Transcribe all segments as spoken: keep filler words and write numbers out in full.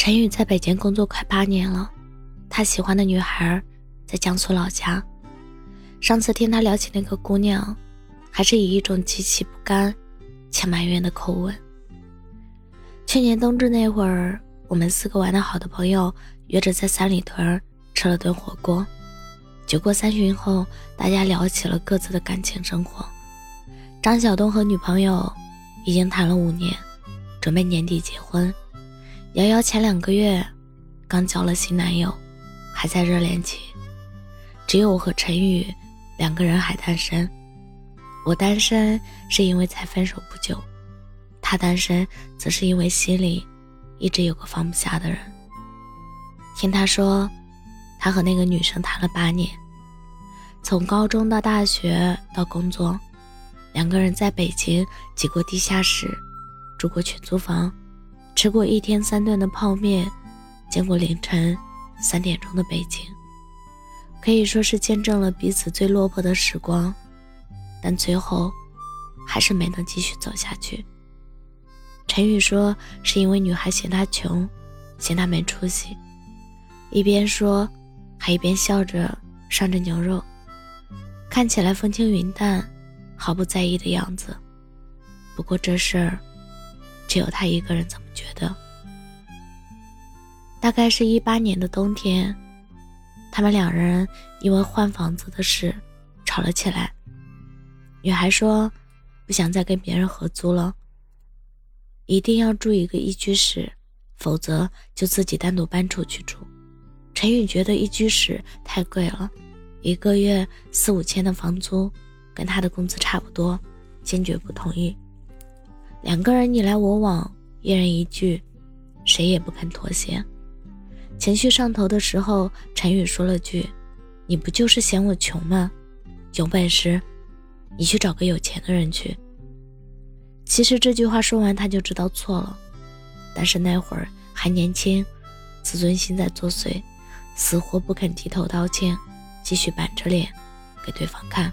陈宇在北京工作快八年了，他喜欢的女孩在江苏老家。上次听他聊起那个姑娘，还是以一种极其不甘且埋怨的口吻。去年冬至那会儿，我们四个玩得好的朋友约着在三里屯吃了顿火锅。酒过三巡后，大家聊起了各自的感情生活。张晓东和女朋友已经谈了五年，准备年底结婚。瑶瑶前两个月刚交了新男友，还在热恋期。只有我和陈宇两个人还单身。我单身是因为才分手不久，他单身则是因为心里一直有个放不下的人。听他说，他和那个女生谈了八年，从高中到大学到工作，两个人在北京挤过地下室，住过群租房，吃过一天三顿的泡面，见过凌晨三点钟的北京，可以说是见证了彼此最落魄的时光，但最后还是没能继续走下去。陈宇说是因为女孩嫌他穷，嫌他没出息，一边说还一边笑着上着牛肉，看起来风轻云淡，毫不在意的样子。不过这事儿只有他一个人这么觉得。大概是一八年的冬天，他们两人因为换房子的事吵了起来。女孩说不想再跟别人合租了，一定要住一个一居室，否则就自己单独搬出去住。陈宇觉得一居室太贵了，一个月四五千的房租跟他的工资差不多，坚决不同意。两个人你来我往，一人一句，谁也不肯妥协。情绪上头的时候，陈宇说了句，你不就是嫌我穷吗？有本事你去找个有钱的人去。其实这句话说完他就知道错了，但是那会儿还年轻，自尊心在作祟，死活不肯低头道歉，继续板着脸给对方看。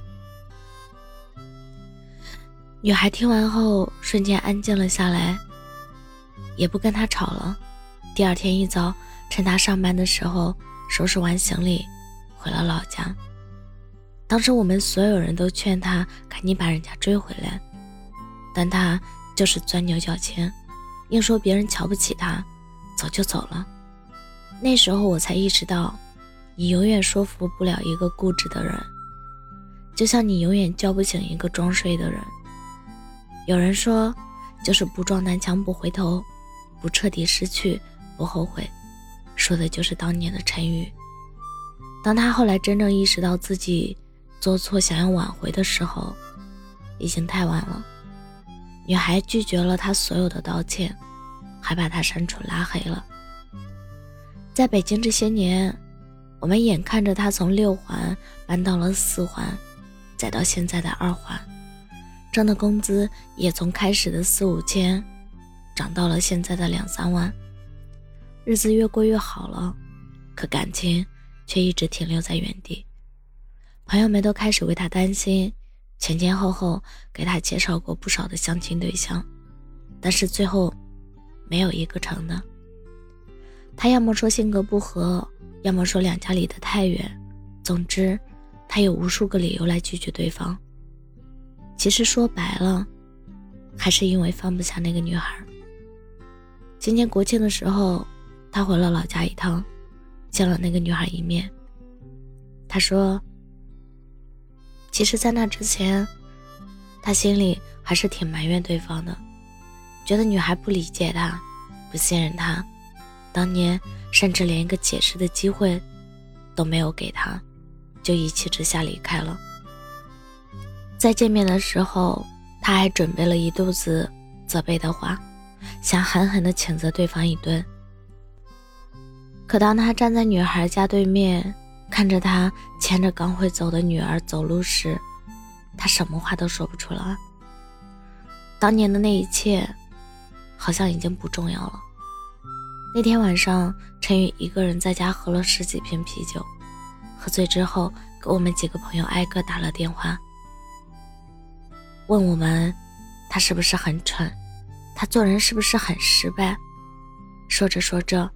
女孩听完后瞬间安静了下来，也不跟他吵了。第二天一早，趁他上班的时候收拾完行李回了老家。当时我们所有人都劝他赶紧把人家追回来，但他就是钻牛角尖，硬说别人瞧不起他，走就走了。那时候我才意识到，你永远说服不了一个固执的人，就像你永远叫不醒一个装睡的人。有人说，就是不撞南墙不回头，不彻底失去不后悔，说的就是当年的陈宇。当他后来真正意识到自己做错想要挽回的时候，已经太晚了。女孩拒绝了他所有的道歉，还把他删除拉黑了。在北京这些年，我们眼看着他从六环搬到了四环，再到现在的二环，挣的工资也从开始的四五千涨到了现在的两三万，日子越过越好了，可感情却一直停留在原地。朋友们都开始为他担心，前前后后给他介绍过不少的相亲对象，但是最后没有一个成的。他要么说性格不合，要么说两家离得太远，总之他有无数个理由来拒绝对方。其实说白了，还是因为放不下那个女孩。今年国庆的时候，他回了老家一趟，见了那个女孩一面。他说，其实在那之前，他心里还是挺埋怨对方的，觉得女孩不理解他，不信任他，当年甚至连一个解释的机会都没有给他，就一气之下离开了。在见面的时候，他还准备了一肚子责备的话，想狠狠地谴责对方一顿。可当他站在女孩家对面，看着她牵着刚会走的女儿走路时，他什么话都说不出来。当年的那一切好像已经不重要了。那天晚上，陈宇一个人在家喝了十几瓶啤酒，喝醉之后给我们几个朋友挨个打了电话，问我们他是不是很蠢，他做人是不是很失败。说着说着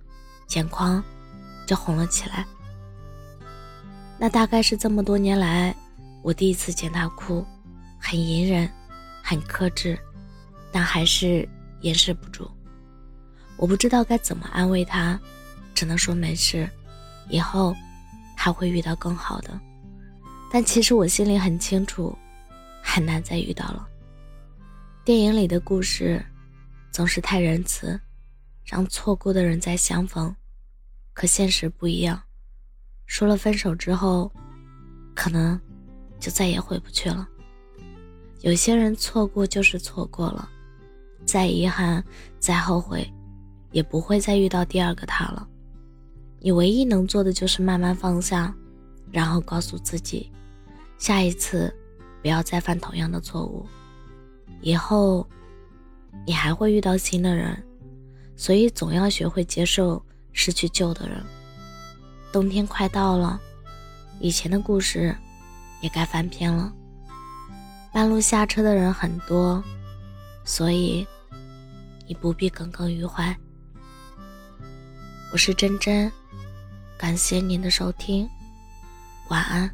眼眶就红了起来。那大概是这么多年来我第一次见他哭，很隐忍，很克制，但还是掩饰不住。我不知道该怎么安慰他，只能说没事，以后他会遇到更好的。但其实我心里很清楚，很难再遇到了。电影里的故事总是太仁慈，让错过的人再相逢，可现实不一样，说了分手之后，可能就再也回不去了。有些人错过就是错过了，再遗憾再后悔，也不会再遇到第二个他了。你唯一能做的就是慢慢放下，然后告诉自己，下一次不要再犯同样的错误。以后你还会遇到新的人，所以总要学会接受失去旧的人。冬天快到了，以前的故事也该翻篇了。半路下车的人很多，所以你不必耿耿于怀。我是真真，感谢您的收听，晚安。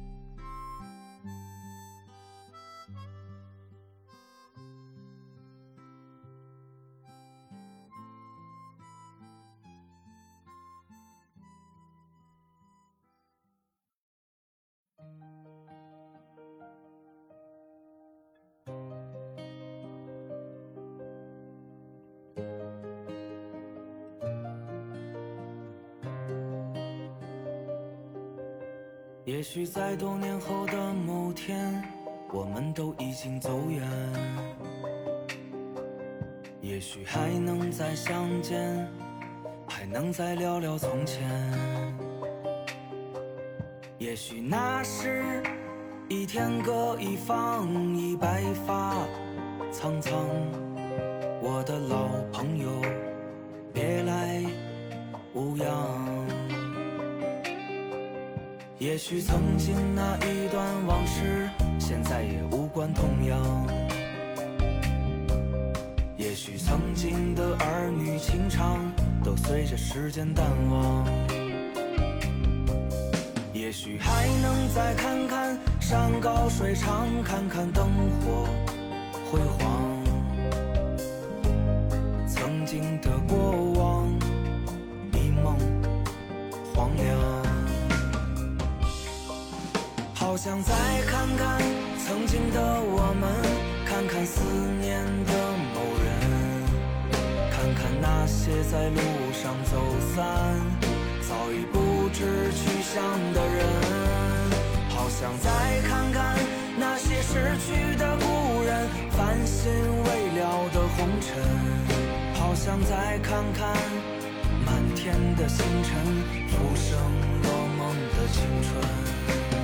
也许在多年后的某天，我们都已经走远，也许还能再相见，还能再聊聊从前。也许那时一天各一方，已白发苍苍，我的老朋友别来无恙。也许曾经那一段往事，现在也无关痛痒。也许曾经的儿女情长，都随着时间淡忘。也许还能再看看山高水长，看看灯火辉煌。曾经的过往，一梦荒凉。好想再看看曾经的我们，看看思念的某人，看看那些在路上走散，早已不知去向的人。好想再看看那些逝去的故人，繁星未了的红尘。好想再看看满天的星辰，浮生若梦的青春。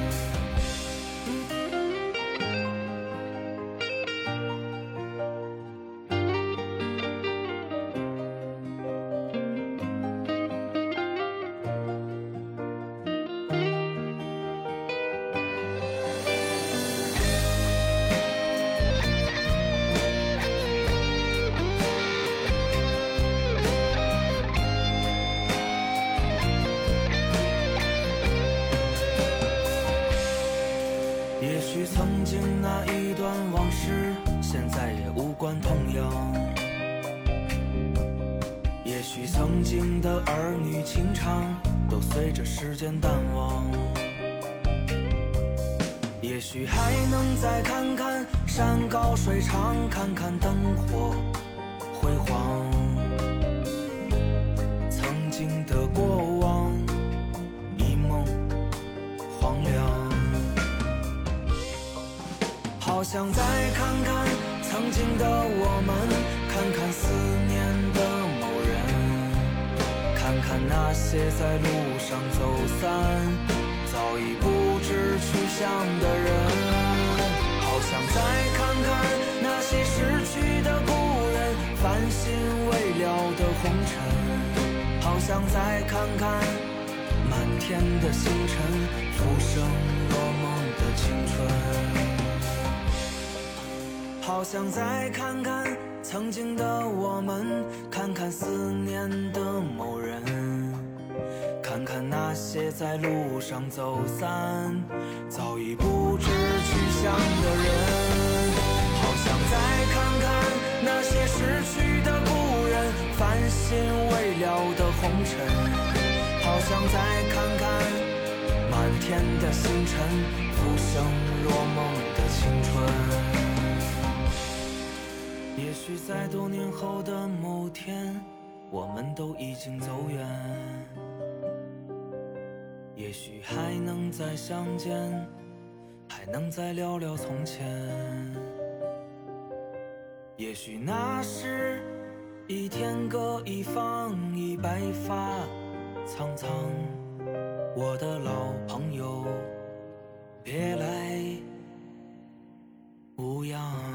也许曾经那一段往事，现在也无关痛痒。也许曾经的儿女情长，都随着时间淡忘。也许还能再看看山高水长，看看灯火辉煌。曾经的过往，一梦荒凉。好想再看看曾经的我们，看看思念的某人，看看那些在路上走散，早已不知去向的人。好想再看看那些逝去的故人，繁星未了的红尘。好想再看看满天的星辰，浮生若梦的青春。好想再看看曾经的我们，看看思念的某人， 看那些在路上走散，早已不知去向的人。好想再看看那些逝去的故人，繁星未了的红尘。好想再看看满天的星辰，浮生若梦的青春。也许在多年后的某天，我们都已经走远，也许还能再相见，还能再聊聊从前。也许那时一天各一方，已白发苍苍，我的老朋友，别来无恙。